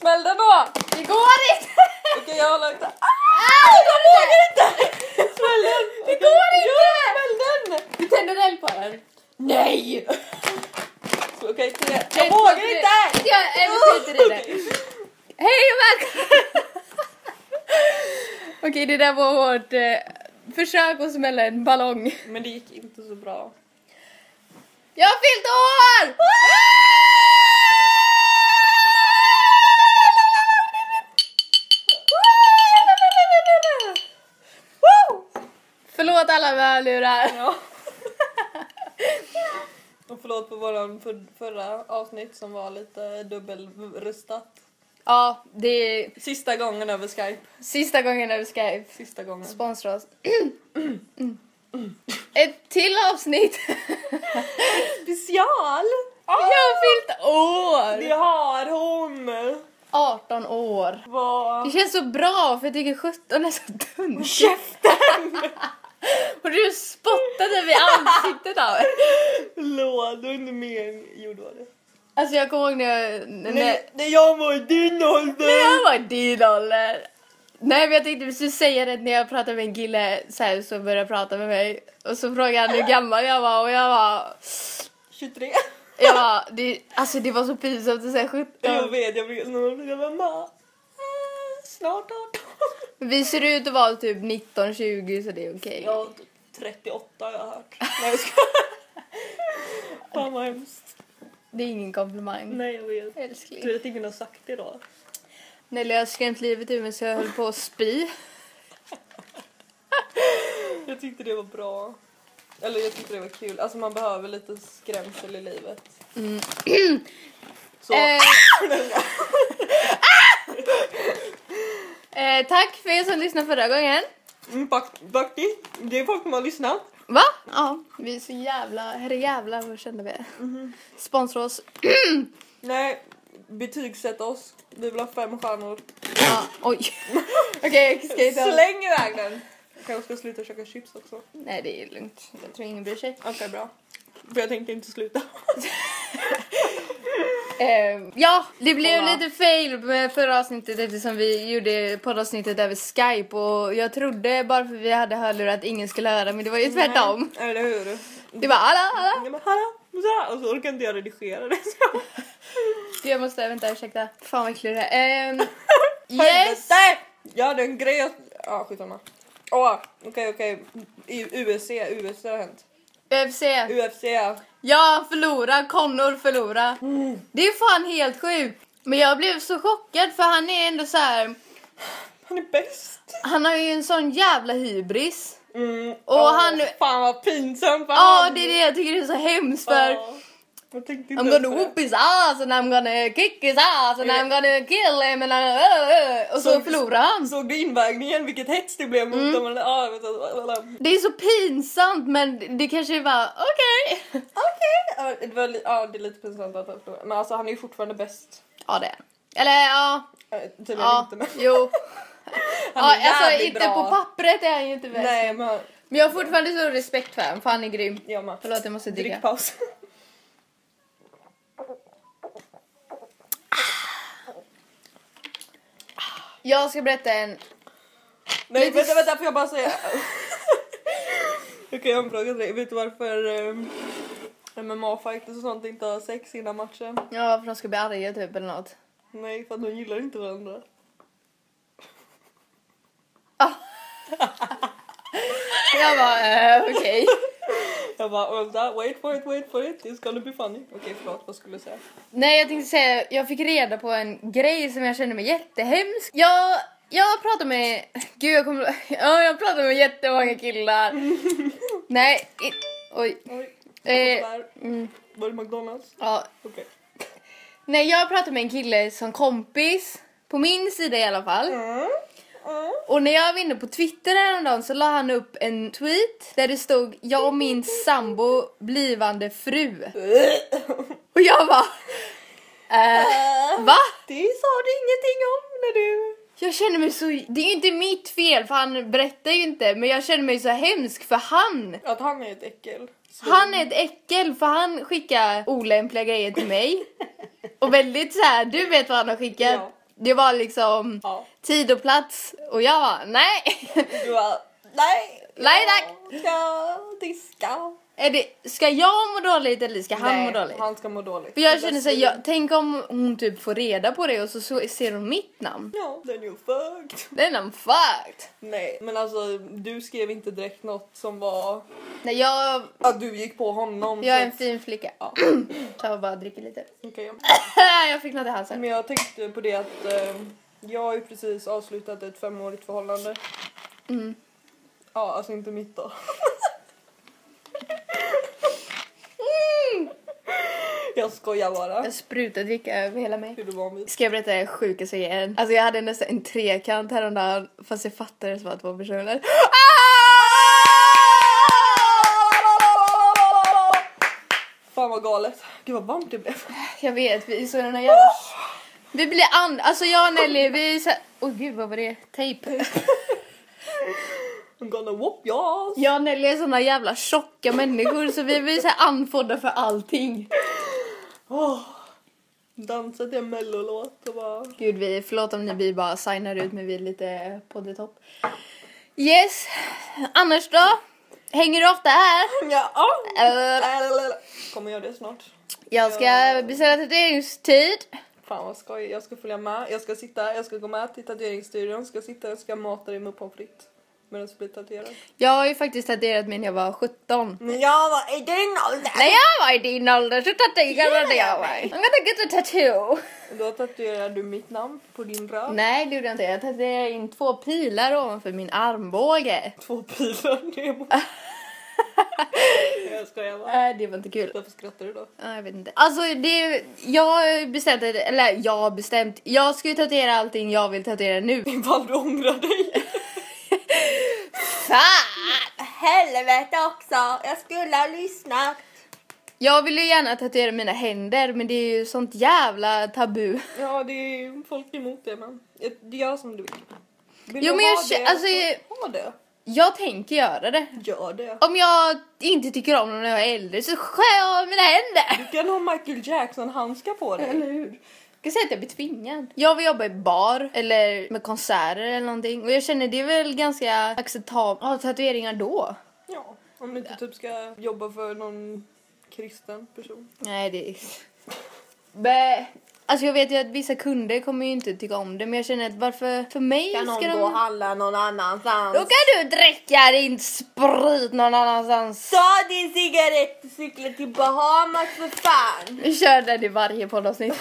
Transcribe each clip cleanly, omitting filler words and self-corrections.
Smäll den då! Det går inte! Okej, jag har lagt den. Jag vågar inte! Smäll den! Det går inte! Ja, smäll den! Du tänder eld på den. Nej! Okej, 3. Jag vågar inte! Jag skiter i det. Hej och välkommen! Okej, det där var vårt försök att smälla en ballong. Men det gick inte så bra. Jag har fyllt år! Förlåt alla hörlurar. Ja. Och förlåt på våran förra avsnitt som var lite dubbelröstat. Ja, det är Sista gången över Skype. sista gången över Skype. Sista gången. Sponsra oss. Ett till avsnitt. Special! Jag har fyllt år. Det har hon! 18 år. Vad? Det känns så bra för jag tycker 17 är så dumt. Käften! Och du spottade vid ansiktet av mig. Förlåt, du är inte med. Jo, det var det. Alltså jag kommer ihåg När jag var i din ålder. när jag var i din ålder. Nej, men jag tänkte vi skulle säga det när jag pratade med en kille så här, så började prata med mig. Och så frågade han hur gammal jag var och jag var 23. det var så pinsamt att säga 17. Jag vet, jag var snart 18. Vi ser ut att vara typ 19-20 så det är okej. Ja, 38 har jag hört. Nej, jag ska. Fan vad hemskt. Det är ingen komplimang. Nej, jag vet. Älskling. Du vet att ingen har sagt det idag. Nelly har skrämt livet ur mig så jag höll på att spy. Jag tyckte det var bra. Eller jag tyckte det var kul. Alltså man behöver lite skrämsel i livet. Mm. Så. Tack för er som lyssnade förra gången. Faktiskt. Det är folk som har lyssnat. Va? Ja, vi är så herrejävlar vad kände vi är. Sponsra oss. Nej, betygsätt oss. Vi vill ha 5 stjärnor. Ja, oj. Okej, ska jag ta... Släng iväg den. Jag kanske ska sluta käka chips också. Nej, det är lugnt. Jag tror ingen bryr sig. Okej, bra. För jag tänkte inte sluta. Ja, det blev lite fail med förra avsnittet eftersom vi gjorde poddavsnittet över Skype och jag trodde bara för vi hade hörlurar att ingen skulle höra, men det var ju tvärtom. Nej, eller hur? Det var alla. Ja, men hallå, och så orkar inte jag redigera det. Jag måste, vänta, ursäkta. Fan vad äcklig det är. Yes! Jag hade en grej att... Ja, skitsamma. Okej. I UFC har hänt. UFC. Ja, Conor förlora. Det är fan helt sjukt. Men jag blev så chockad för han är ändå så här. Han är bäst. Han har ju en sån jävla hybris. Och han... Fan vad pinsamt. Ja, det är det jag tycker det är så hemskt för... Jag tänkte inte I'm gonna whoop his ass and I'm gonna kick his ass and I'm gonna kill him and och så förlorar han. Såg du invägningen? Vilket hets det blev mot dem. Det är så pinsamt men det kanske var okej. Det är lite pinsamt att han förlorar. Men alltså han är ju fortfarande bäst. Ja det är. Eller ja. Tydligen inte men. Jo. Han är alltså jävligt inte bra. på pappret är han ju inte bäst. Nej men. Men jag har fortfarande så respekt för honom för han är grym. Jag med. Förlåt jag måste dricka. Drickpaus. Jag ska berätta en... Nej, vänta, får jag bara säga... Okej, jag har en fråga till dig. Vet du varför MMA-fighters och sånt inte har sex innan matchen? Ja, för de ska bli arga typ eller något. Nej, för att de gillar inte varandra. Jag bara, okej. Jag bara, wait for it. It's gonna be funny. Okej, förlåt, vad skulle du säga? Nej, jag tänkte säga, jag fick reda på en grej som jag kände mig jättehemsk. Jag pratar med... Gud, jag pratar med jättemånga killar. Nej, oj. Var det McDonalds? Ja. Okej. Nej, jag pratar med en kille som kompis. På min sida i alla fall. Och när jag var inne på Twitter häromdagen så la han upp en tweet där det stod jag och min sambo blivande fru. Och jag bara va? Det sa du ingenting om när du... Jag känner mig så... Det är ju inte mitt fel för han berättar ju inte. Men jag känner mig så hemsk för han. Att han är ett äckel. Han är ett äckel för han skickar olämpliga grejer till mig. Och väldigt så här, du vet vad han har skickat. Ja. Det var liksom tid och plats. Och jag var, nej. Du var, nej. Nej, tack. Jag ska diska. Ska jag må dåligt eller ska han må dåligt? Han ska må dåligt. För jag känner så tänk om hon typ får reda på det och så ser hon mitt namn. Ja, then you're fucked. Then I'm fucked. Nej, men alltså du skrev inte direkt något som var... Nej, att du gick på honom. Jag är en fin flicka. Ja. Ta och bara dricka lite. Okay. Jag fick något i halsen. Men jag tänkte på det att jag har ju precis avslutat ett 5-årigt förhållande. Mm. Ja, alltså inte mitt då. Jag skojar bara. Jag sprutade dricka över hela mig. Hur du var med. Ska jag berätta det sjukaste igen? Alltså jag hade nästan en trekant häromdagen. Fast jag fattade som att det var 2 personer. Fan vad galet. Gud vad varmt det blev. Jag vet, vi är så den här jävla... Vi blir alltså jag och Nelly, vi är så... Åh gud, vad var det? Tejp. I'm gonna whoop yours. Jag och Nelly är såna jävla tjocka människor så vi blir så här anfodda för allting. Dansat till en mellolåt och bara... Gud, förlåt om ni bara signar ut men vi är lite på det topp. Yes, annars då? Hänger du ofta här? Ja. Kommer jag det snart? Jag ska beställa tatueringstid. Fan vad skoj. Jag ska följa med. Jag ska gå med till tatueringsstudion. Jag ska mata dig med pommes frites. Medan jag blir tatuerad. Jag har ju faktiskt tatuerat mig när jag var 17. Men jag var i din ålder. När jag var i din ålder så tatuerade jag mig. I'm gonna get a tattoo. Då tatuerade du mitt namn på din röv. Nej, det gjorde jag inte. Jag tatuerade in 2 pilar ovanför min armbåge. 2 pilar, det är jag skojar bara. Det var inte kul. Varför skrattar du då? Jag vet inte. Alltså jag har bestämt. Jag ska ju tatuera allting jag vill tatuera nu. Ifall du ångrar dig. Fan! Helvete också. Jag skulle ha lyssnat. Jag vill ju gärna tatuera mina händer, men det är ju sånt jävla tabu. Ja, det är folk emot det, men gör som du vill. Jo, men ha det. Jag tänker göra det. Gör det. Om jag inte tycker om när jag är äldre så skär jag av mina händer. Du kan ha Michael Jackson-handskar på dig. Eller hur? Jag kan säga att jag blir tvingad. Jag vill jobba i bar eller med konserter eller någonting. Och jag känner det är väl ganska acceptabelt att ha tatueringar då. Ja, om du inte typ ska jobba för någon kristen person. Nej, det är... Alltså jag vet ju att vissa kunder kommer ju inte tycka om det. Men jag känner att varför för mig kan ska någon gå och handla någon annanstans? Då kan du dricka din sprit någon annanstans. Ta din cigarett och cykla till Bahamas för fan. Vi kör den i varje poddavsnitt.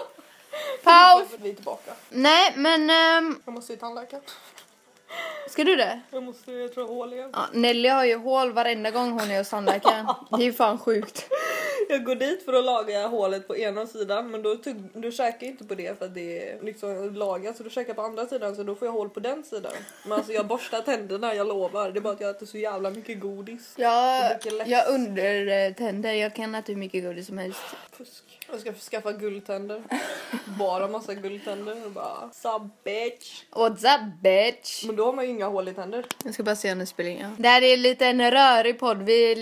Paus. Vi är tillbaka. Nej, men... Jag måste ju tandläkaren. Ska du det? Jag tror jag har hål igen. Ja, Nelly har ju hål varenda gång hon är hos tandläkaren. Det är ju fan sjukt. Jag går dit för att laga hålet på ena sidan, men då käkar jag inte på det för att det är liksom lagat, så då käkar jag på andra sidan, så då får jag hål på den sidan. Men alltså jag borstar tänderna, jag lovar. Det är bara att jag äter så jävla mycket godis. Jag under tänder. Jag kan äta hur mycket godis som helst. Fusk. Jag ska skaffa guldtänder. Bara massa guldtänder och bara sub bitch. What's up bitch? Men då har man ju inga hål i tänder. Jag ska bara se om det spelar in. Det här är lite en rörig podd.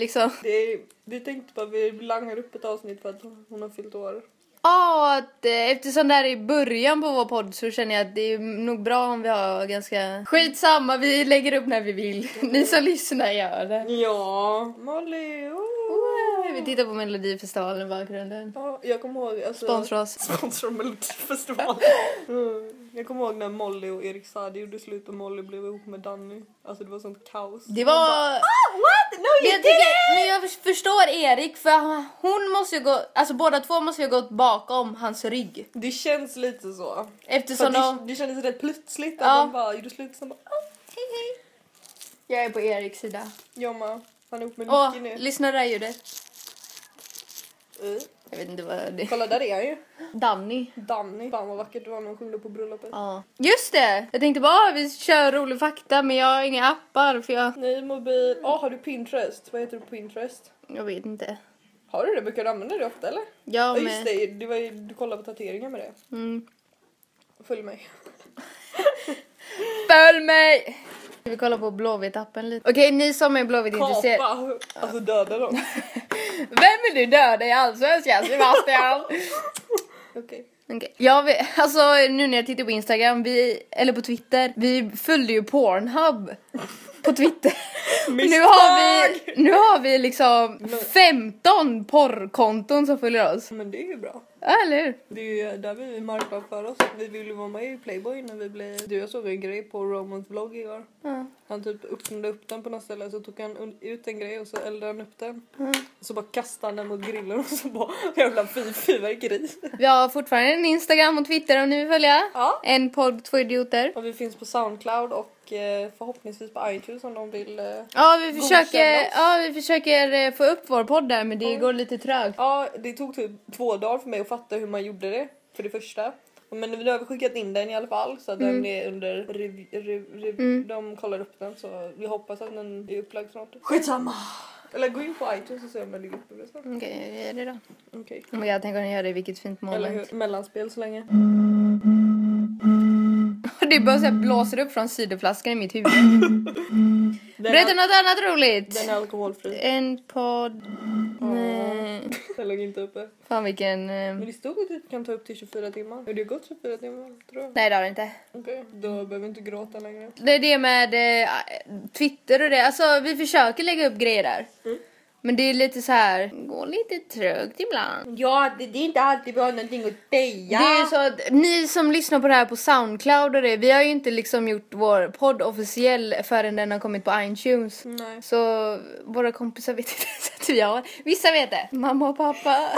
Vi tänkte på att vi langar upp ett avsnitt för att hon har fyllt år. Ja, eftersom det här är i början på vår podd så känner jag att det är nog bra om vi har ganska... Skitsamma, vi lägger upp när vi vill. Ni som lyssnar gör det. Ja, Molly. Vi tittar på Melodifestivalen i bakgrunden. Ja, jag kommer ihåg... Alltså, Sponsor Melodifestivalen. Jag kommer ihåg när Molly och Erik Saade gjorde slut och Molly blev ihop med Danny. Alltså det var sånt kaos. Det var... what? No, you didn't! Men jag förstår Erik, för hon måste ju gå... Alltså båda två måste ju gått bakom hans rygg. Det känns lite så. Eftersom det kändes rätt plötsligt att de bara gjorde slut och bara... hej. Jag är på Eriks sida. Jag med. Han är ihop med Nicky nu. Lyssna det här ljudet. Jag vet inte vad det är. Kolla, där är han ju. Danny. Fan vad vackert det var när hon sjunger på bröllopet. Ja. Just det! Jag tänkte bara vi kör rolig fakta, men jag har inga appar för jag... Nej, mobil. Har du Pinterest? Vad heter du på Pinterest? Jag vet inte. Har du det? Brukar du använda det ofta eller? Ja, just det. Var ju, du kollar på tatueringar med det. Följ mig. Följ mig! Vi kollar på Blåvitt-appen lite. Okej, ni som är Blåvitt-intresserade. Alltså döda dem. Vem vill du döda i Allsvenskan, Sebastian? Okej. Okay. Alltså nu när jag tittar på Instagram, eller på Twitter, vi följde ju Pornhub på Twitter. nu har vi liksom 15 porrkonton som följer oss. Men det är ju bra. Eller? Det är ju där vi marknadsför oss. Vi vill ju vara med i Playboy när vi blev... Jag såg en grej på Romans vlogg igår. Han typ öppnade upp den på något ställe, så tog han ut en grej och så eldade han upp den. Så bara kastade han den mot grillen och så bara jävla fyrverkeri. Vi har fortfarande en Instagram och Twitter om ni vill följa. Ja. En podd, 2 idioter. Och vi finns på Soundcloud och förhoppningsvis på iTunes om de vill vi försöker få upp vår podd där, men det går lite trögt. Ja, det tog typ 2 dagar för mig att fatta hur man gjorde det, för det första. Men nu har vi skickat in den i alla fall, så att den är under de kollar upp den, så vi hoppas att den är upplagd snart. Skitsamma! Eller gå in på iTunes och se om den ligger uppe. Okej, jag gör det då. Okej. Men jag tänker att ni gör det i vilket fint moment. Eller hur? Mellanspel så länge. Det bara så här blåser upp från ciderflaskan i mitt huvud. Berätta något annat roligt. Den är alkoholfri. En podd. Nej. Den låg inte uppe. Fan vilken... Men det stod att det kan ta upp till 24 timmar. Har det gått 24 timmar, tror jag? Nej, det har det inte. Okej, då behöver vi inte gråta längre. Det är det med Twitter och det. Alltså vi försöker lägga upp grejer där. Men det är lite så här, går lite trögt ibland. Ja, det är inte alltid vi har någonting att säga. Det är så att ni som lyssnar på det här på Soundcloud och det, vi har ju inte liksom gjort vår podd officiell förrän den har kommit på iTunes. Nej. Så våra kompisar vet inte ens att vi har. Vissa vet det. Mamma och pappa.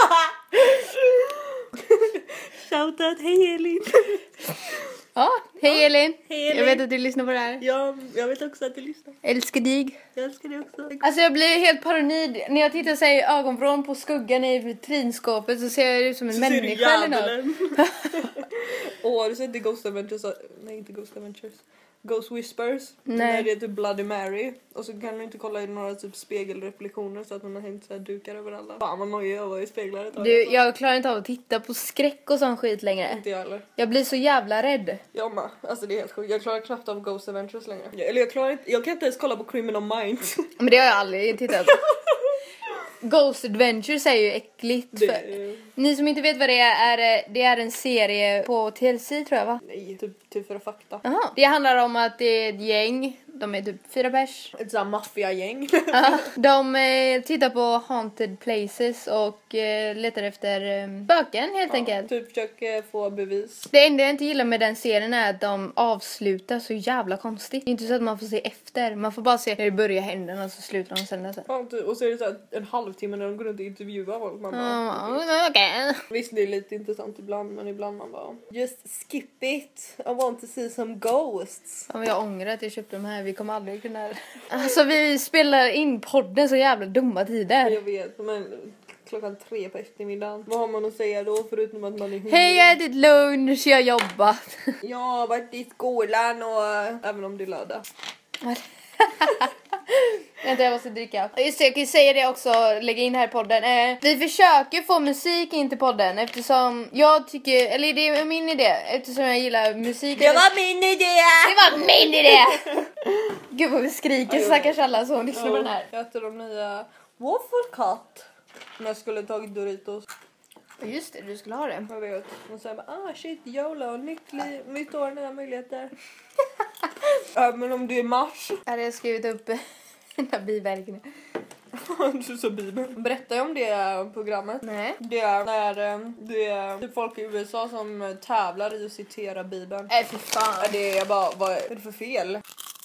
Shoutout, hej Elin. Ja, hej Elin. Hej Elin. Jag vet att du lyssnar på det här. Ja, jag vet också att du lyssnar. Älskar dig. Jag älskar dig också. Alltså jag blir helt paranoid. När jag tittar sig i ögonvrån på skuggan i vitrinskåpet så ser jag ut som en människa eller något. Har du sett The Ghost Adventures? Nej, inte Ghost Adventures. Ghost Whispers. Nej. När det är typ Bloody Mary. Och så kan du inte kolla i några typ spegelreflektioner så att hon har hängt så här dukar över alla. Fan vad nojig jag var i speglar ett tag. Jag klarar inte av att titta på skräck och sån skit längre. Inte jag heller. Jag blir så jävla rädd. Jag med. Alltså det är helt sjukt. Jag klarar knappt av Ghost Adventures längre. Eller jag kan inte ens kolla på Criminal Minds. Men det har jag aldrig tittat på. Ghost Adventures är ju äckligt. Ni som inte vet vad det är en serie på TLC tror jag va? Nej, typ för fakta. Aha. Det handlar om att det är ett gäng, de är typ 4 pers. Ett sånt maffiagäng. De tittar på haunted places och letar efter spöken helt enkelt. Typ försöker få bevis. Det enda jag inte gillar med den serien är att de avslutar så jävla konstigt. Det är inte så att man får se efter. Man får bara se när det börjar hända och så slutar de sen. Ja, och så är det så här en halvtimme när de går runt och intervjuar folk. Man bara, okej. Visst, det är lite intressant ibland, men ibland man bara just skip it. I want to see some ghosts. Ja, jag ångrar att jag köpte de här. Vi kommer aldrig kunna... Alltså vi spelar in podden så jävla dumma tider. Jag vet, men 3:00 på eftermiddagen. Vad har man att säga då förutom att man är hungrig? Hej, jag har ätit lunch, jag har jobbat. Jag har varit i skolan och även om det är lördag. Vänta, jag måste dricka. Just det, jag kan säga det också, lägga in här i podden. Vi försöker få musik in till podden eftersom jag tycker, eller det är min idé, eftersom jag gillar musik. Det var min idé! Det var min idé! Gud vad vi skriker, stackars alla som lyssnar på den här. Jag äter de nya Waffle Cut. När jag skulle tagit Doritos. Just det, du skulle ha det. Jag vet. Och sen bara, shit, YOLO, nytt år, nya möjligheter. Men om det är mars. Jag hade skrivit upp den här biverkningen. Du så Bibeln. Berätta ju om det programmet. Nej. Det är när det är typ folk i USA som tävlar i att citera Bibeln. Fy fan. Det är jag bara, vad är det för fel?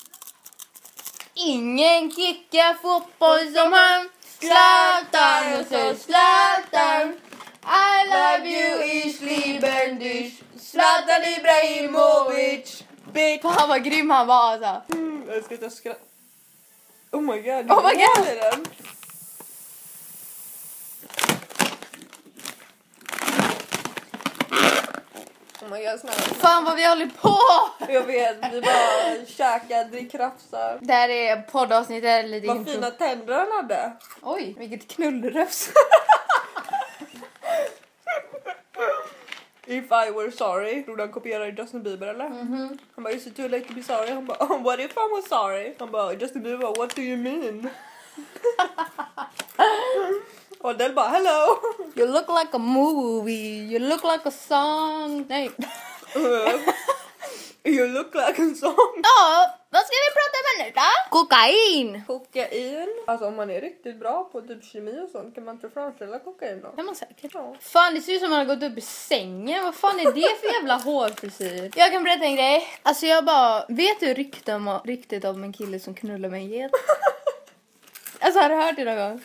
Ingen kickar fotboll som han. Zlatan och så Zlatan. I love you is Liebendisch. Zlatan Ibrahimovic. Bitch. Fan vad grym han var alltså. Jag ska inte skratta. Oh my god. Oh my god. Den. Oh my god, snälla. Fan vad vi håller på. Jag vet, vi bara käkar, drick krafsar. Det här är poddavsnittet lite Vad intro. fina tänder han hade. Oj, vilket knullröfs. If I were sorry. Tror du han kopierar Justin Bieber eller? Han bara, is it too late to be sorry? Han bara, oh, what if I was sorry? Han bara, Justin Bieber, what do you mean? Och Adele bara hello. You look like a movie. You look like a song. Nej. You look like a song. Ja, vad ska vi prata om nu då? Kokain. Kokain. Alltså om man är riktigt bra på typ kemi och sånt kan man inte framställa kokain då. Kan man säkert. Ja. Fan, det ser ut som man har gått upp i sängen. Vad fan är det för jävla hårfrisyr? Jag kan berätta en grej. Alltså jag bara, vet du riktigt om en kille som knullar med en get? Alltså har du hört det någon gång?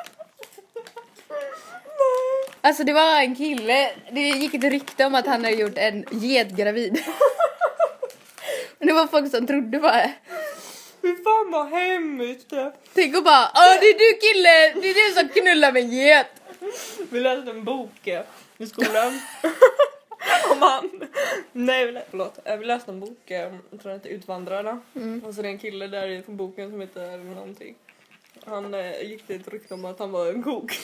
Alltså det var en kille, det gick ett rykte om att han hade gjort en get gravid. Men det var folk som trodde bara. Fy fan vad hemskt. Tänk och bara, det är du kille, det är du som knullar med en get. Vi läste en bok i skolan. Om han. Nej, förlåt. Vi läste en bok, jag tror det heter Utvandrarna. Och så det är en kille där i boken som heter någonting. Han gick till ett rykte om att han var en kok.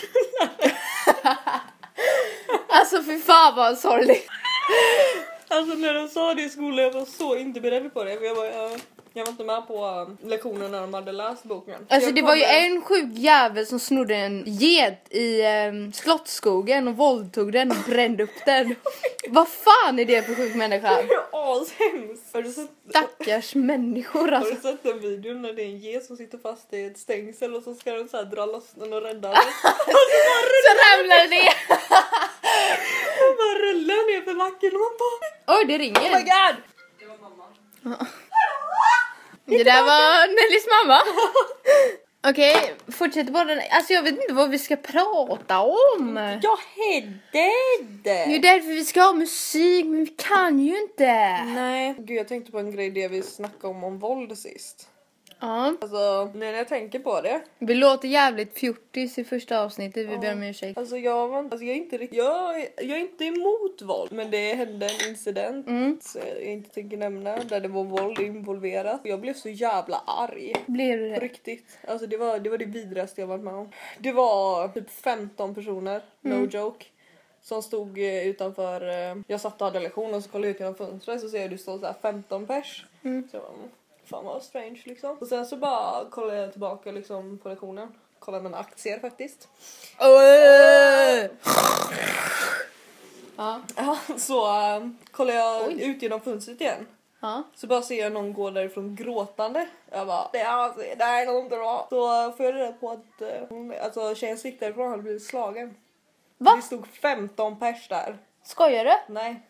Alltså för fan vad sorgligt. Alltså när de sa det i skolan, jag var så inte beredd på det. För jag var inte med på lektionen när de hade läst boken. Alltså det var ju en sjuk jävel som snodde en get i Slottsskogen och våldtog den och brände upp den. Vad fan är det för sjuk människa? Det är ashemskt. Stackars människor alltså. Har du sett en video när det är en get som sitter fast i ett stängsel och så ska de så här dra loss den och rädda den? Så ramlar det. Man bara rullar ner för backen och man bara... Oj, det ringer. Oh my god! Det var mamma. Det där var Nellys mamma. Okej, fortsätt bara. Alltså jag vet inte vad vi ska prata om. Jag hade det. Det är därför vi ska ha musik, men vi kan ju inte. Nej. Gud, jag tänkte på en grej det vi snackade om våld sist. Ja. Alltså, när jag tänker på det. Vi låter jävligt fjortis i första avsnittet, vi ber om ursäkt. Alltså jag är inte riktigt... Jag är inte emot våld. Men det hände en incident. Så jag inte tänker nämna. Där det var våld involverat. Jag blev så jävla arg. Blev du På det? riktigt. Alltså det var det vidrigaste jag varit med om. Det var typ 15 personer. No joke. Som stod utanför... Jag satt och hade lektion och så kollade jag ut genom fönstret. Så ser jag det står så här 15 pers. Så jag bara, fan vad strange liksom. Och sen så bara kollade jag tillbaka liksom på lektionen. Kollade mina aktier faktiskt. Ja. Ja, så kollade jag ut genom fönstret igen. Ja. Så bara ser jag någon gå därifrån gråtande. Jag bara, det är nog inte bra. Så får jag reda på att alltså tjejen som gick därifrån hade blivit slagen. Va? Det stod 15 pers där. Skojar du? Nej.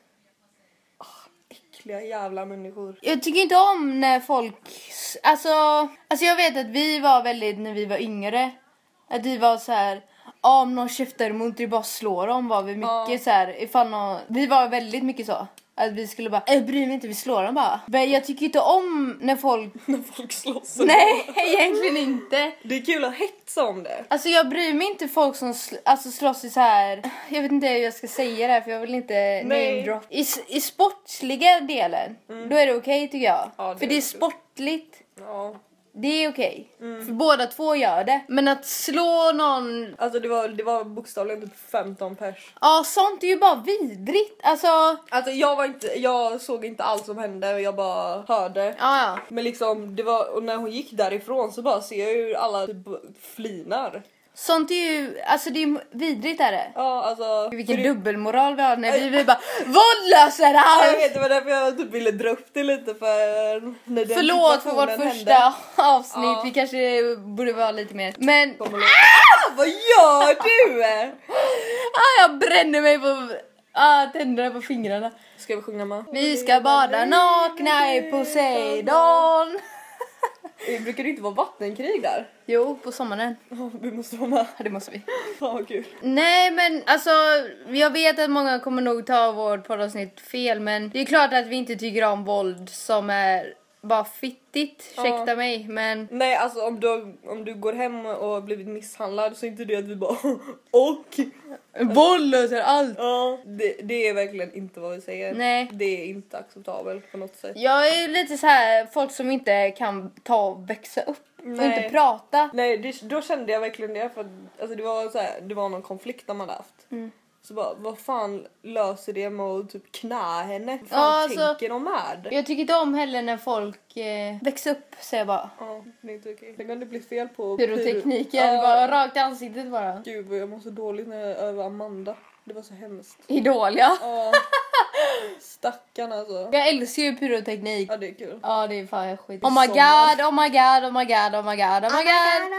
Äckliga jävla människor. Jag tycker inte om när folk... Alltså jag vet att vi var väldigt, när vi var yngre, att vi var så här, om någon käftar emot det bara slår dem, var vi mycket så här, ifall någon, vi var väldigt mycket så. Att vi skulle bara, bryr mig inte, vi slår dem bara. Men jag tycker inte om när folk... När folk slåss. Nej, egentligen inte. Det är kul att hetsa om det. Alltså jag bryr mig inte folk som slåss i så här. Jag vet inte hur jag ska säga det här, för jag vill inte name drop. I sportsliga delen, då är det okej tycker jag. Ja, för det är sportligt. Ja. Det är okej. För båda två gör det. Men att slå någon... Alltså det var bokstavligen typ 15 pers. Ja, sånt är ju bara vidrigt. Alltså jag såg inte allt som hände, jag bara hörde. ja. Men liksom det var, och när hon gick därifrån så bara ser jag hur alla typ flinar. Sånt är ju, alltså det är vidrigt är det. Ja, alltså Vilken dubbelmoral vi har när vi bara våldlöser allt. jag vet, det var därför jag typ ville dra upp det lite för när den Förlåt för vårt situationen första hände. avsnitt. Ja. Vi kanske borde vara lite mer. Men Vad gör du? jag bränner mig på tänderna på fingrarna. Ska vi sjunga med? Vi ska bada nakna i Poseidon. Brukar det inte vara vattenkrig där? Jo, på sommaren. Vi måste vara med. Ja, det måste vi. Fan vad kul. Nej, men alltså jag vet att många kommer nog ta vårt poddavsnitt fel, men det är klart att vi inte tycker om våld som är bara fittigt. Ursäkta mig, men... Nej, alltså om du går hem och har blivit misshandlad så är inte det att vi bara och Våld löser allt. ja, det är verkligen inte vad vi säger. Nej. Det är inte acceptabelt på något sätt. Jag är lite så här folk som inte kan ta och växa upp och inte prata. Nej, då kände jag verkligen det för att, alltså det var så här, det var någon konflikt de hade haft. Så bara, vad fan löser det med att typ knä henne? Vad fan Ja, alltså, tänker de med? Jag tycker inte om heller när folk växer upp, säger jag bara. Ja, det är inte okej. Tänk om det blir fel på Pyrotekniken, bara rakt i ansiktet bara. Gud, jag mår så dåligt när jag över Amanda. Det var så hemskt. Idol, ja. Ja. Stackarn alltså. Jag älskar ju pyroteknik. Ja, det är kul. Ja, det är fan skit. I Oh my sommar. god, oh my god, oh my god, oh my god, oh my god.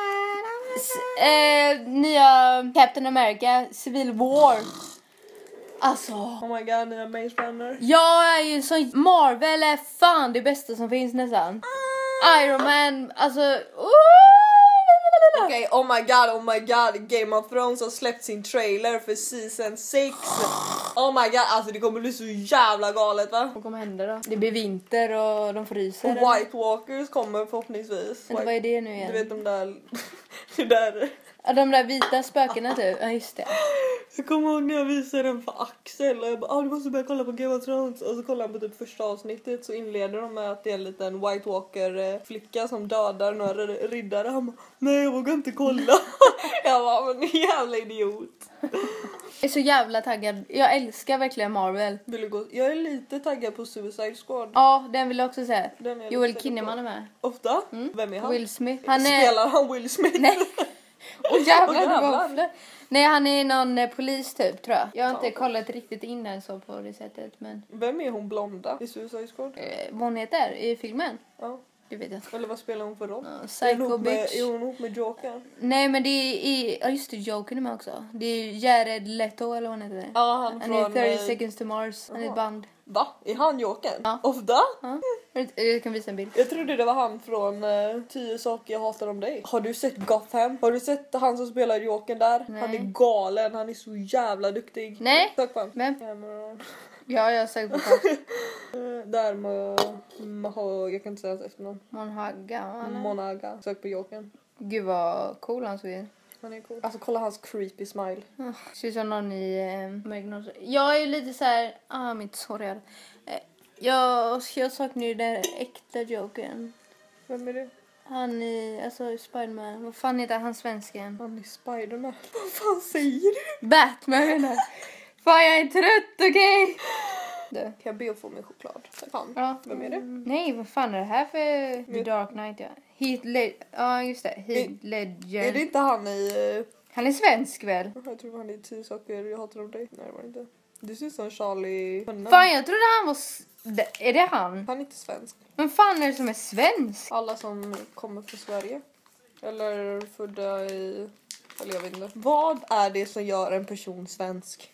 Nya Captain America, Civil War. Alltså. Oh my god, nya Maze Runner. Jag är ju så... Marvel är fan det bästa som finns nästan. Iron Man, alltså... Okej, oh my god, Game of Thrones har släppt sin trailer för season 6. Oh my god, alltså det kommer bli så jävla galet va? Vad kommer hända då? Det blir vinter och de fryser. Och eller? White Walkers kommer förhoppningsvis. Vänta, vad är det nu igen? Du vet de där... det där... Ja, de där vita spökena typ. Ja, just det. Jag kommer ihåg när jag visade den för Axel och jag bara, du måste börja kolla på Game of Thrones. Och så kollar han på typ första avsnittet så inleder de med att det är en liten White Walker flicka som dödar några riddare. Han bara, nej jag vågar inte kolla. Jag bara, men jävla idiot. Jag är så jävla taggad. Jag älskar verkligen Marvel. Vill du gå? Jag är lite taggad på Suicide Squad. Ja, den vill jag också säga. Den är jag Joel lite Kinnaman taggad är med. på. Ofta? Vem är han? Will Smith. Han är... Spelar han Will Smith? Nej. Åh jävlar, Åh, jävlar. våfflor. Nej, han är någon polis typ, tror jag. Jag har inte kollat riktigt in den så på det sättet, men... Vem är hon blonda i Suicide Squad? Vad hon heter i filmen? Ja. Det vet jag inte. Eller vad spelar hon för roll? Ja, Är Psycho hon ihop med, bitch. är hon ihop med Joker? Nej, men det är... Ja, just det, Joker är med också. Det är Jared Leto, eller vad han heter. Ja, Han han är från... 30 seconds to Mars. Han är ett band. Va? Är han Jokern? Ja. Ofta? Ja. Jag kan visa en bild. Jag trodde det var han från 10 saker jag hatar om dig. Har du sett Gotham? Har du sett han som spelar Jokern där? Nej. Han är galen, han är så jävla duktig. Nej. Sök på han. Vem? Cameron. Ja, jag har sökt på det. Där jag kan inte säga hans efternamn. Monhaga. Monaga. Sök på Jokern. Gud vad cool han såg ut. Han är cool. Alltså kolla hans creepy smile. Ser ut som någon i Magnus. Jag är ju lite så här... mitt sorry. Jag saknar ju den äkta Jokern. Vem är det? Han i, alltså Spiderman. Vad fan heter han svensken? Han är Spiderman. Vad fan säger du? Batman menar. Fan jag är trött, okej? Kan jag be att få min choklad? Fan. Ja. Vem är det? Nej, vad fan är det här för The Dark Knight? Ja, ja just det. Heath Ledger. Är det inte han i... Han är svensk väl? Jag tror han är 10 saker jag hatar om dig. Nej, det var det inte. Du ser ut som Charlie Hunnam. Fan, jag trodde han var... Är det han? Han är inte svensk. Men fan är det som är svensk? Alla som kommer från Sverige. Eller födda i... Eller jag vet inte. Vad är det som gör en person svensk?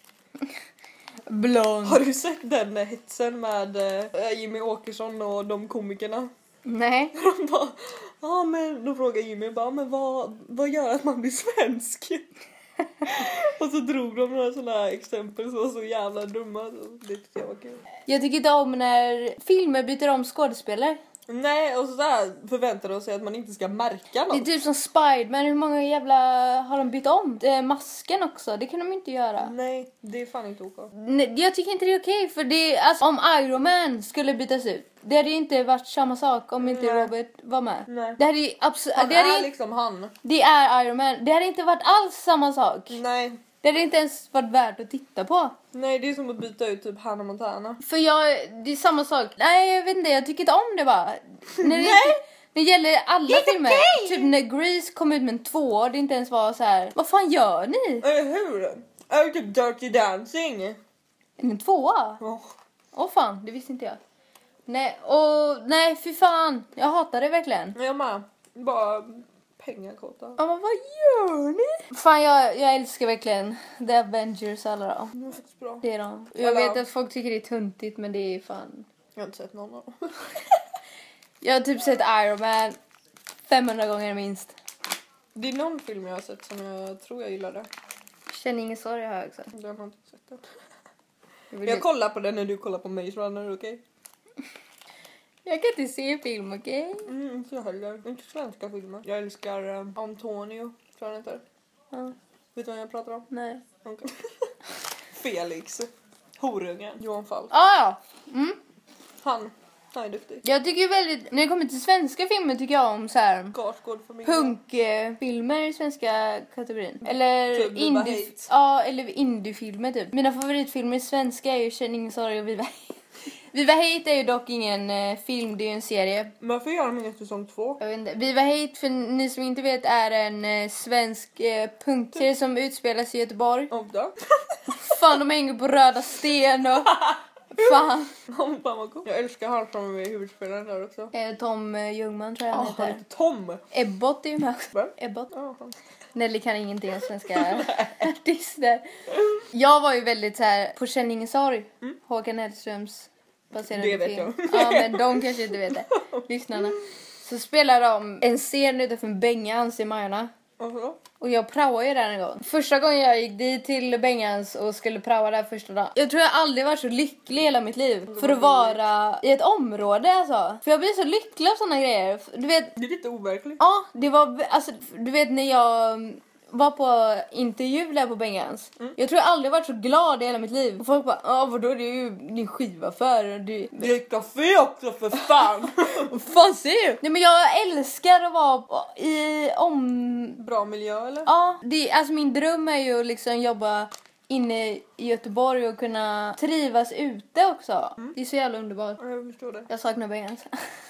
Blond. Har du sett den hetsen med Jimmy Åkesson och de komikerna? Nej. De bara, men då frågar Jimmy bara, men vad gör att man blir svensk? Och så drog de några sådana exempel som var så jävla dumma. Det tyckte jag var kul. Jag tycker inte om när filmer byter om skådespelare. Nej, och så där förväntar de sig att man inte ska märka Det är något. typ som Spiderman. Hur många jävla har de bytt om? Masken också. Det kan de inte göra. Nej, det är fan inte okej. Nej, jag tycker inte det är okej. För det är, alltså, om Iron Man skulle bytas ut. Det hade inte varit samma sak om inte Nej. Robert var med. Nej. Det hade absolut... Han är liksom han. Det är Iron Man. Det hade inte varit alls samma sak. Nej. Det hade inte ens varit värt att titta på. Nej, det är som att byta ut typ Hannah Montana. För det är samma sak. Nej, jag vet inte. Jag tycker inte om det bara. När det gäller alla filmer. Typ när Grease kom ut med en 2. Det inte ens var så här. Vad fan gör ni? Eller hur? Är typ Dirty Dancing? En 2? Åh fan, det visste inte jag. Nej, fy fan. Jag hatar det verkligen. Jag med. Bara pengakåta. Ja, men vad gör ni? Fan, jag älskar verkligen The Avengers alla då. Det är faktiskt bra. Det är de. Jag vet att folk tycker det är tuntigt, men det är fan... Jag har inte sett någon av dem. Jag har typ sett Iron Man 500 gånger minst. Det är någon film jag har sett som jag tror jag gillade. Känner ingen sorg har jag också. Den har inte sett den. Jag Jag kollar på den när du kollar på Maze Runner, okej? Jag kan inte se film, okej? Inte jag heller. Inte svenska filmer. Jag älskar Antonio, tror jag han heter. Ja. Vet du vad jag pratar om? Nej. Okay. Felix. Horungen. Johan Falk. Ja. Mm. Han. Han är duktig. Jag tycker ju väldigt, när det kommer till svenska filmer tycker jag om så här Skarsgård-familjen. punkfilmer i svenska kategorin. Eller Typ Viva Hate. ja, eller indiefilmer typ. Mina favoritfilmer i svenska är ju Känn ingen sorg och Viva Hate. Viva Hate är ju dock ingen film, det är ju en serie. Men varför gör de ingen säsong 2? Jag vet inte. Viva Hate, för ni som inte vet, är en svensk punkserie som utspelas i Göteborg. Ofta. Fan, de hänger på röda sten och... Fan. Fan vad cool. Jag älskar han som är huvudspelaren där också. Tom Ljungman tror jag han Han heter. heter Tom. Ebbot är ju med också. Va? Ebbot. Ja, han. Nelly kan ingenting om svenska artister. Jag var ju väldigt så här på Känn ingen sorg. Håkan Hellströms baserade Det vet film. jag. Ja, men de kanske inte vet det. Lyssnarna. Så spelar de en scen utanför Bengans i Majorna. Alltså. Och jag praoade ju där en gång. Första gången jag gick dit till Bengans och skulle praoa där första dagen. Jag tror jag aldrig varit så lycklig i hela mitt liv. För att vara i ett område alltså. För jag blir så lycklig av såna grejer. Du vet, Det är lite overkligt. ja, det var, alltså, du vet när jag var på intervju där på Bengans. Jag tror jag aldrig varit så glad i hela mitt liv. Och folk bara, vadå, det är ju din skivaffär. Det är ett café också för fan. Vad fan säger du? Nej men jag älskar att vara i Bra miljö eller? Ja, alltså min dröm är ju att liksom jobba inne i Göteborg och kunna trivas ute också. Det är så jävla underbart. Ja, jag förstår det. Jag saknar Bengans.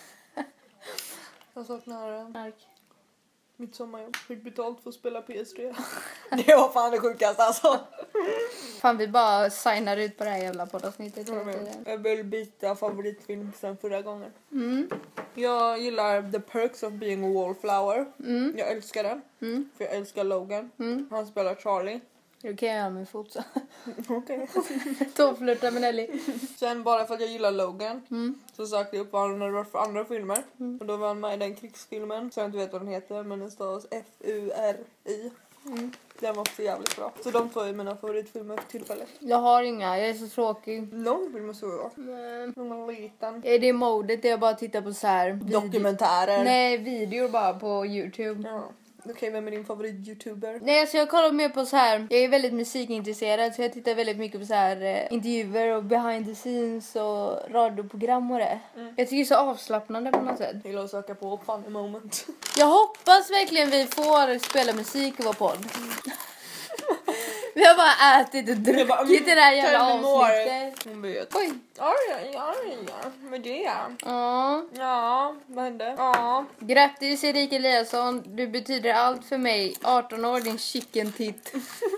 Jag saknar Tack. mitt sommarjobb. Fick betalt för att spela PS3. Det var fan det sjukaste alltså. Fan, vi bara signar ut på det här jävla poddavsnittet hela tiden. Jag vill byta favoritfilm sen förra gången. Mm. Jag gillar The Perks of Being a Wallflower. Jag älskar den. För jag älskar Logan. Han spelar Charlie. Det kan jag göra med fot så. Okej. Tåflörta med Nelly. Sen bara för att jag gillar Logan så sökte jag upp vad han hade varit för andra filmer. Och då var han med i den krigsfilmen. Så jag inte vet vad den heter, men den stavas F-U-R-I. Den var också jävligt bra. Så de två är mina favoritfilmer för tillfället. Jag har inga, jag är så tråkig. Någon film så bra. När man var liten. Är det modet där jag bara tittar på så här Dokumentärer. Nej, videor bara på YouTube. Ja. Okej, vem är din favorit-youtuber? Nej, alltså jag kollar mer på så här. Jag är väldigt musikintresserad så jag tittar väldigt mycket på så här intervjuer och behind the scenes och radioprogram och det. Jag tycker det är så avslappnande på något sätt. Jag gillar att söka på Funny Moment. Jag hoppas verkligen vi får spela musik i vår podd. Vi har bara ätit och druckit i det här jävla avsnittet. Hon vet. Oj. Ja. Men det Ja. Ja, vad hände? Ja. Grattis Erik Eliasson, du betyder allt för mig. 18 år, din chicken tit.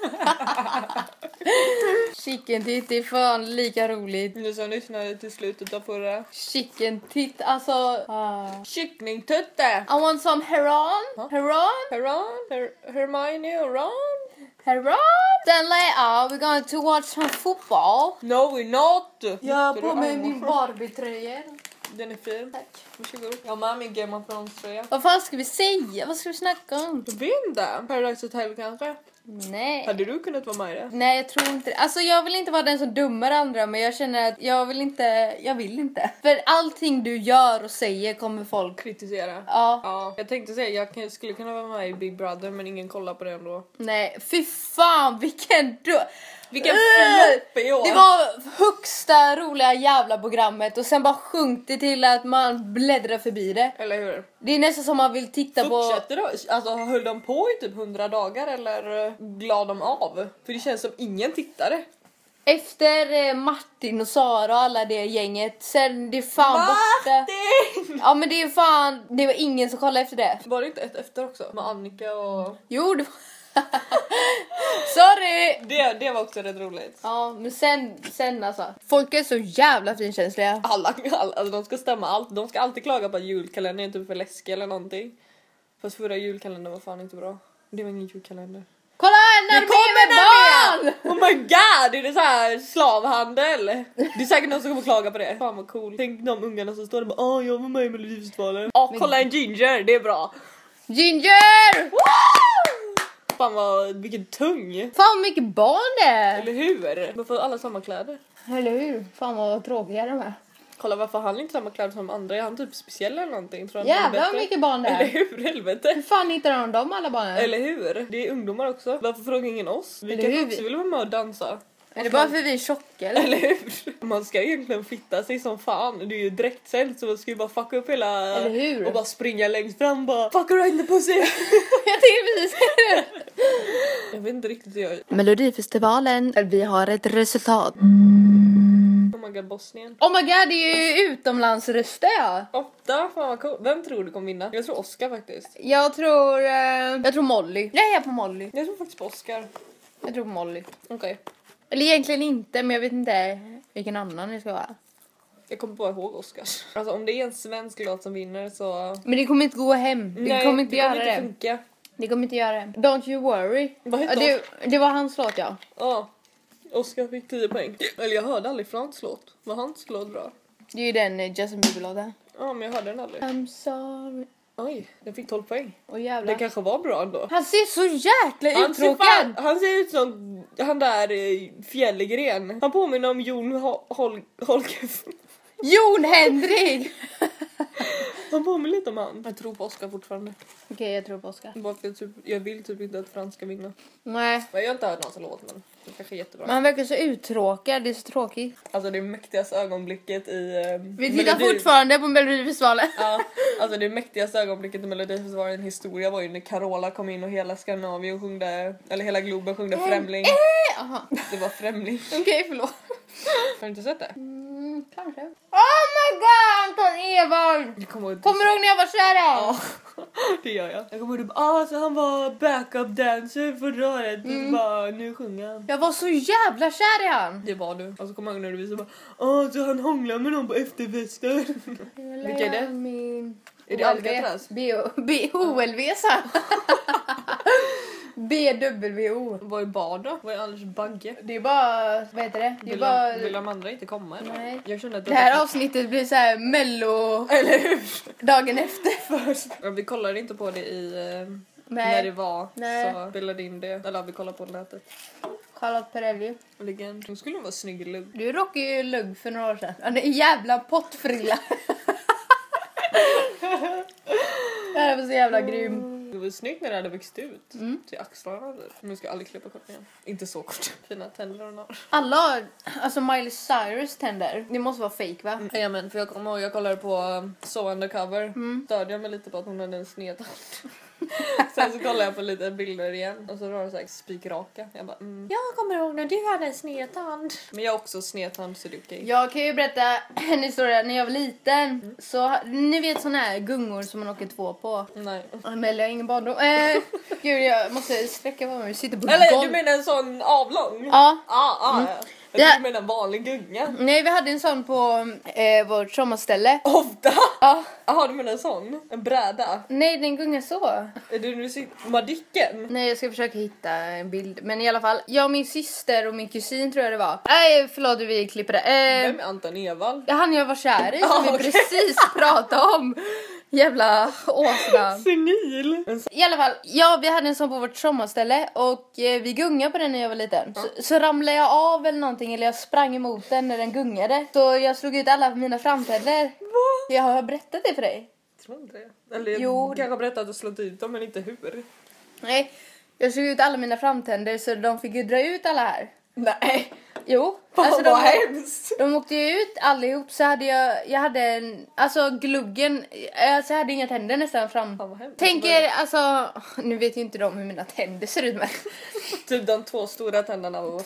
Chicken tit är fan lika roligt. Nu så lyssnade till slutet av förra. Chicken tit, alltså... Kycklingtutte! I want some heron. Huh? Heron? Hermione och Ron? Heron? Then later we're going to watch some football. No, we're not! Jag har på mig min Barbie-tröja. Den är fin. Tack. Varsågod. Jag har med min Game of Thrones-tröja. Vad fan ska vi säga? Vad ska vi snacka om? Jag vet inte. Paradise Hotel kanske? Nej. Hade du kunnat vara med i det? Nej, jag tror inte det. Alltså jag vill inte vara den som dömer andra, men jag känner att jag vill inte. För allting du gör och säger kommer folk... Kritisera? Ja. Ja. Jag tänkte säga, skulle kunna vara med i Big Brother, men ingen kollar på det ändå. Nej, fy fan, vilken flopp i år! Det var högsta roliga jävla programmet och sen bara sjönk det till att man bläddrar förbi det. Eller hur? Det är nästan som man vill titta på... Fortsätter då? Alltså höll de på i typ 100 dagar eller glad de av? För det känns som ingen tittare. Efter Martin och Sara och alla det gänget, sen det är fan borta. Martin! Ja men det är fan, det var ingen som kollade efter det. Var det inte ett efter också? Med Annika och... Jo, det var... Sorry! Det var också rätt roligt. Ja, men sen alltså. Folk är så jävla finkänsliga. Alla alltså, de ska stämma allt. De ska alltid klaga på att julkalendern är typ för läskig eller någonting. Fast förra julkalendern var fan inte bra. Det var ingen julkalender. Kolla här, när de är med barn! Oh my god, är det så här slavhandel? Det är säkert någon som kommer klaga på det. Fan vad cool. Tänk de ungarna som står där och bara, jag var med i Melodifestivalen. Kolla en ginger, det är bra. Ginger! Fan vilken tung. Fan vad mycket barn det är. Eller hur? Varför har alla samma kläder? Eller hur? Fan vad tråkiga de är. Kolla varför har han inte samma kläder som andra? Är han typ speciell eller någonting? Tror han Jävlar vad mycket barn det Eller är. hur? Helvete. Hur fan hittar de alla barnen? Eller hur? Det är ungdomar också. Varför frågar ingen oss? Vi Eller kanske hur? också vill vara med och dansa. Är det bara för vi är tjocka eller? Eller hur? Man ska egentligen fitta sig som fan. Det är ju direktsänd så man ska ju bara fucka upp hela... Eller hur? Och bara springa längst fram bara fuck right in the pussy. Jag tänkte precis det. Jag vet inte riktigt hur jag... Melodifestivalen, vi har ett resultat. Oh my god, Bosnien. Oh my god, det är ju utomlandsröster ja. 8, fan vad cool. Vem tror du kommer vinna? Jag tror Oscar faktiskt. Jag tror Molly. Jag är på Molly. Jag tror faktiskt på Oscar. Jag tror på Molly. Okej. Eller egentligen inte, men jag vet inte vilken annan det ska vara. Jag kommer bara ihåg Oscars. Alltså om det är en svensk låt som vinner så... Men det kommer inte gå hem. Det kommer inte göra det. Funka. Det kommer inte göra det. Don't you worry. Vad heter Det var hans låt ja. Ja. Oscar fick 10 poäng. Eller jag hörde aldrig Frans låt. Var hans låt bra? Det är ju den Justin Bieber-låten. Ja, men jag hörde den aldrig. I'm sorry. Oj, den fick 12 poäng. Åh jävlar. Det kanske var bra ändå. Han ser så jäkla uttråkad. Han ser ut som han där Fjällgren. Han påminner om Jon Holkes. Jon Henrik. Han påminner lite om han. Jag tror på Oscar fortfarande. Okej, jag tror på Oscar. Bara för jag vill typ inte att Frans ska vinna. Nej. Jag har inte hört någon låt men det kanske är jättebra. Men han verkar så uttråkad. Det är så tråkigt. Alltså det mäktigaste ögonblicket i Vi tittar fortfarande på Melodifestivalen. Ja, alltså det mäktigaste ögonblicket i Melodifestivalen historia var ju när Carola kom in och hela Skandinavien sjungde, eller hela Globen sjungde Främling. Aha. Det var Främling. Okej, förlåt. Har du inte sett det? Kanske. Oh my god, Anton Ewald! Kommer du ihåg när jag var kär? Ja, det gör jag. Jag kommer ihåg så han var backup dancer förra året. Bara, nu sjunger han. Jag var så jävla kär i han. Det var du. Och så kommer jag ihåg när du visade bara, så han hånglar med någon på efterfesten. Vilka är det? Är det Alcatraz? B-O-L-V sa B-W-O. Vad är bar då? Vad är Anders Bagge? Det är bara, vad heter det? Det är bara... Vill de andra inte komma eller? Nej. Jag känner att Det här avsnittet blir så här mello. Eller hur? Dagen efter. Ja, vi kollade inte på det i... Nej. När det var Nej. så spelade in det. Eller vi kollade på nätet. Charlotte Perrelli. Legend. Hon skulle vara snygg i lugg. Du rockade ju lugg för några år sedan. Ja, det är jävla pottfrilla. Det här var så jävla grym. Det var snyggt när det hade växt ut. Till axlarna. Nu ska jag aldrig klippa kort igen. Inte så kort. Fina tänder hon har. Alla har, alltså Miley Cyrus tänder. Det måste vara fake va? Ja men för jag kommer ihåg jag kollade på So Undercover. Störde jag mig lite på att hon hade en snedtand. Sen så kollade jag på lite bilder igen. Och så var det så här spikraka. Jag bara jag kommer ihåg när du hade en snedtand. Men jag har också snedtand så det är okej. Jag kan ju berätta en historia. När jag var liten så, ni vet såna här gungor som man åker två på. Nej. Men jag har ingen barndom. Gud jag måste sträcka på mig. Jag sitter på Eller golv. du menar en sån avlång? Ja. Ja. Jag menar en vanlig gunga. Nej vi hade en sån på vårt sommarställe. Ofta? Ja. Jaha, du menar en sån? En bräda? Nej den gungar så. Är det nu sitter Madicken? Nej jag ska försöka hitta en bild. Men i alla fall, jag och min syster och min kusin tror jag det var. Nej förlåt vi klipper det. Vem är Anton Ewald? Det han jag var kär i som vi precis pratade om. Jävla åsna. Senil. I alla fall, ja vi hade en sån på vårt sommarställe och vi gungade på den när jag var liten. Så ramlade jag av eller någonting eller jag sprang emot den när den gungade. Så jag slog ut alla mina framtänder. Jag har berättat det för dig. Jag tror inte det. Eller Jo. kanske berättat att du slått ut dem men inte hur. Nej, jag slog ut alla mina framtänder så de fick ju dra ut alla här. Nej. Jo, Alltså vad hemskt. de åkte ju ut allihop så hade jag hade en, alltså gluggen, alltså jag hade inga tänder nästan fram. Fan, vad hemskt. Tänk er, alltså, nu vet ju inte de hur mina tänder ser ut men. Typ de 2 stora tänderna var borta.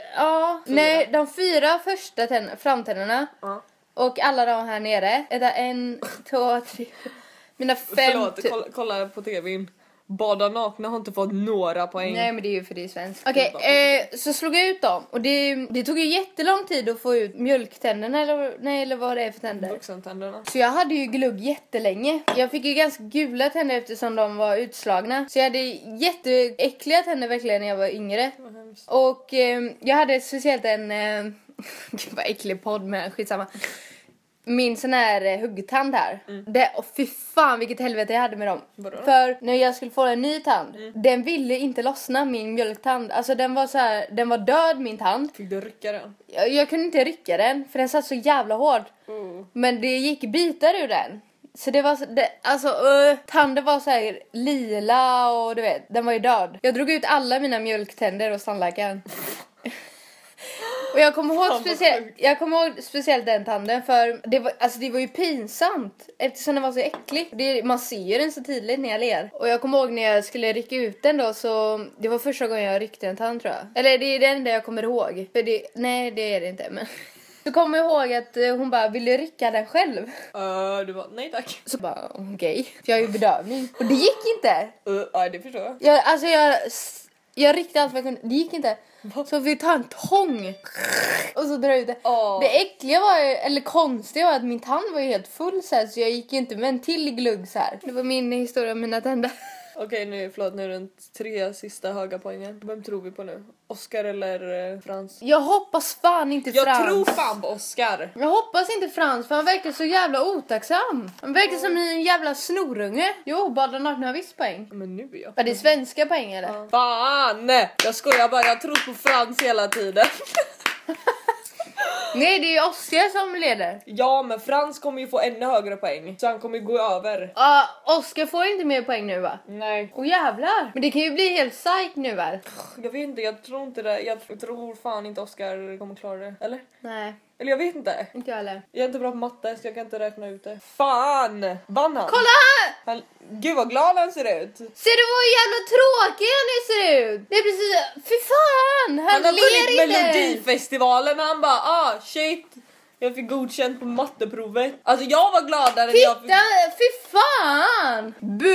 Ja, nej de 4 första framtänderna Ja. och alla de här nere. Är det 1, 2, 3, mina 5. Förlåt, kolla på tvn. Bada nakna har inte fått några poäng. Nej men det är ju för det är svenskt. Okej, så slog jag ut dem. Och det tog ju jättelång tid att få ut mjölktänderna eller vad det är för tänder. Vuxentänderna. Så jag hade ju glugg jättelänge. Jag fick ju ganska gula tänder eftersom de var utslagna. Så jag hade jätteäckliga tänder verkligen när jag var yngre. Vad hemskt. Och jag hade speciellt en... Gud vad äcklig podd men skitsamma. Min sån här huggtand här. Fy fan vilket helvete jag hade med dem. Vadå? För när jag skulle få en ny tand. Den ville inte lossna min mjölktand. Alltså den var så här, den var död min tand. Fick du rycka den? Jag kunde inte rycka den för den satt så jävla hård. Men det gick bitar ur den. Så det var tanden var så här lila och du vet, den var ju död. Jag drog ut alla mina mjölktänder hos tandläkaren. Och jag kommer ihåg speciellt den tanden, för det var ju pinsamt eftersom den var så äcklig. Man ser ju den så tydligt när jag ler. Och jag kommer ihåg när jag skulle rycka ut den då, så det var första gången jag ryckte en tand, tror jag. Eller det är den där jag kommer ihåg. För nej, det är det inte, men så kommer jag ihåg att hon bara, vill du rycka den själv? Du var nej tack. Så bara, okej. För jag har ju bedövning. Och det gick inte. Ja, det förstår jag. Jag ryckte allt vad jag kunde. Det gick inte. Så vi tar en tång. Och så drar jag ut det. Det äckliga var ju, eller konstiga var att min tand var ju helt full så här, så jag gick inte med en till glugg så här. Det var min historia om mina tänder. Okej, nu är det 3 sista höga poängen. Vem tror vi på nu? Oscar eller Frans? Jag hoppas fan inte Frans. Jag tror fan på Oscar. Jag hoppas inte Frans, för han verkar så jävla otacksam. Han verkar som en jävla snorunge. Jo, bara den har viss poäng. Men nu är jag. Är det svenska poäng eller? Ja. Fan! Jag skojar bara, jag tror på Frans hela tiden. Nej, det är ju Oscar som leder. Ja, men Frans kommer ju få ännu högre poäng. Så han kommer ju gå över. Ja, Oscar får inte mer poäng nu, va? Nej. Åh jävlar. Men det kan ju bli helt psyk nu, väl? Jag vet inte, jag tror inte det. Jag tror fan inte Oscar kommer klara det. Eller? Nej. Eller jag vet inte. Inte jag heller. Jag är inte bra på matte så jag kan inte räkna ut det. Fan! Vann han? Kolla här! Gud vad glad han ser ut. Ser du vad jävla tråkig han ser ut? Det är precis... Fy fan! Han har ler vunnit inte. Melodifestivalen och han bara, shit. Jag fick godkänt på matteprovet. Alltså jag var gladare när jag fick... Fy fan!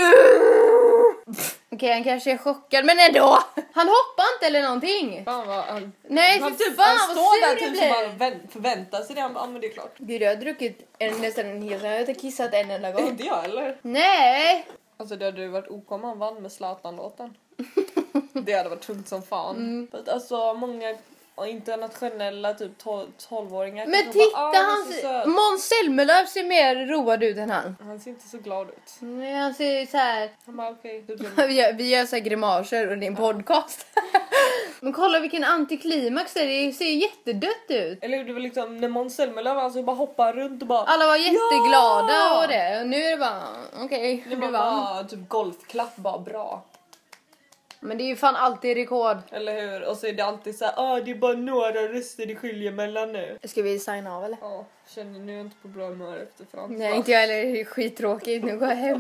Okej, han kanske är chockad, men ändå. Han hoppar inte eller någonting. Fan vad han... Nej, han fy typ, fan han vad står sur där jag typ blir. som man förväntar sig det. Han bara, men det är klart. Gud, jag har druckit nästan en hel. Jag har inte kissat en enda gång. Inte jag eller? Nej. Alltså det hade ju varit OK om han vann med Zlatan-låten. Det hade varit tungt som fan. För att, alltså många internationella typ 12-åringar. Men titta, Måns Zelmerlöw ser mer road ut än han. Han ser inte så glad ut. Nej, han ser så här. Han bara okej. Vi gör så här grimaser under din podcast. Men kolla vilken antiklimax det är. Det ser jättedött ut. Eller det var liksom när Måns Zelmerlöw alltså bara hoppar runt och bara... Alla var jätteglada och det. Och nu är det bara okej. Det var bara typ golfklapp, bara bra. Men det är ju fan alltid rekord. Eller hur? Och så är det alltid så här, det är bara några röster det skiljer mellan nu. Ska vi signa av eller? Ja, känner nu inte på bra humör efter Frans. Nej, inte jag heller. Det är skittråkigt. Nu går jag hem.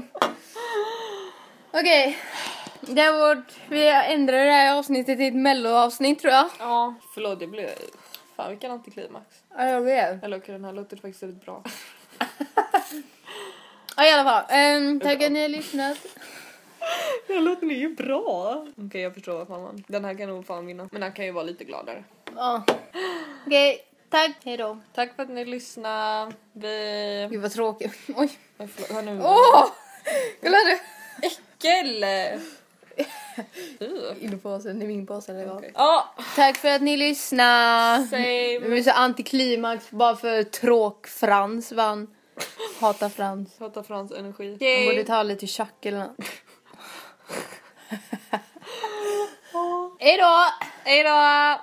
Okej. Vi ändrar det här avsnittet till ett melloavsnitt, tror jag. Ja, förlåt, det blev... Fan, vilken antiklimax. Ja, jag vet. Eller okej, den här låter faktiskt väldigt bra. Ja, i alla fall. Tack att ni har lyssnat. Den låten är ju bra. Okej, jag förstår vad fan man... Den här kan nog fan vinna. Men den kan ju vara lite gladare. Ja. Okej, tack. Hej då. Tack för att ni lyssnade. Gud vad tråkigt. Oj. Hör nu. Kolla nu. Äckel! Inne på påsen, det är min påse eller vad? Okay. Ja. Tack för att ni lyssnade. Same. Det är så antiklimax bara för tråk. Frans vann. Hata Frans. Hata Frans energi. Man borde ta lite tjack eller något. Hej då! Hej då!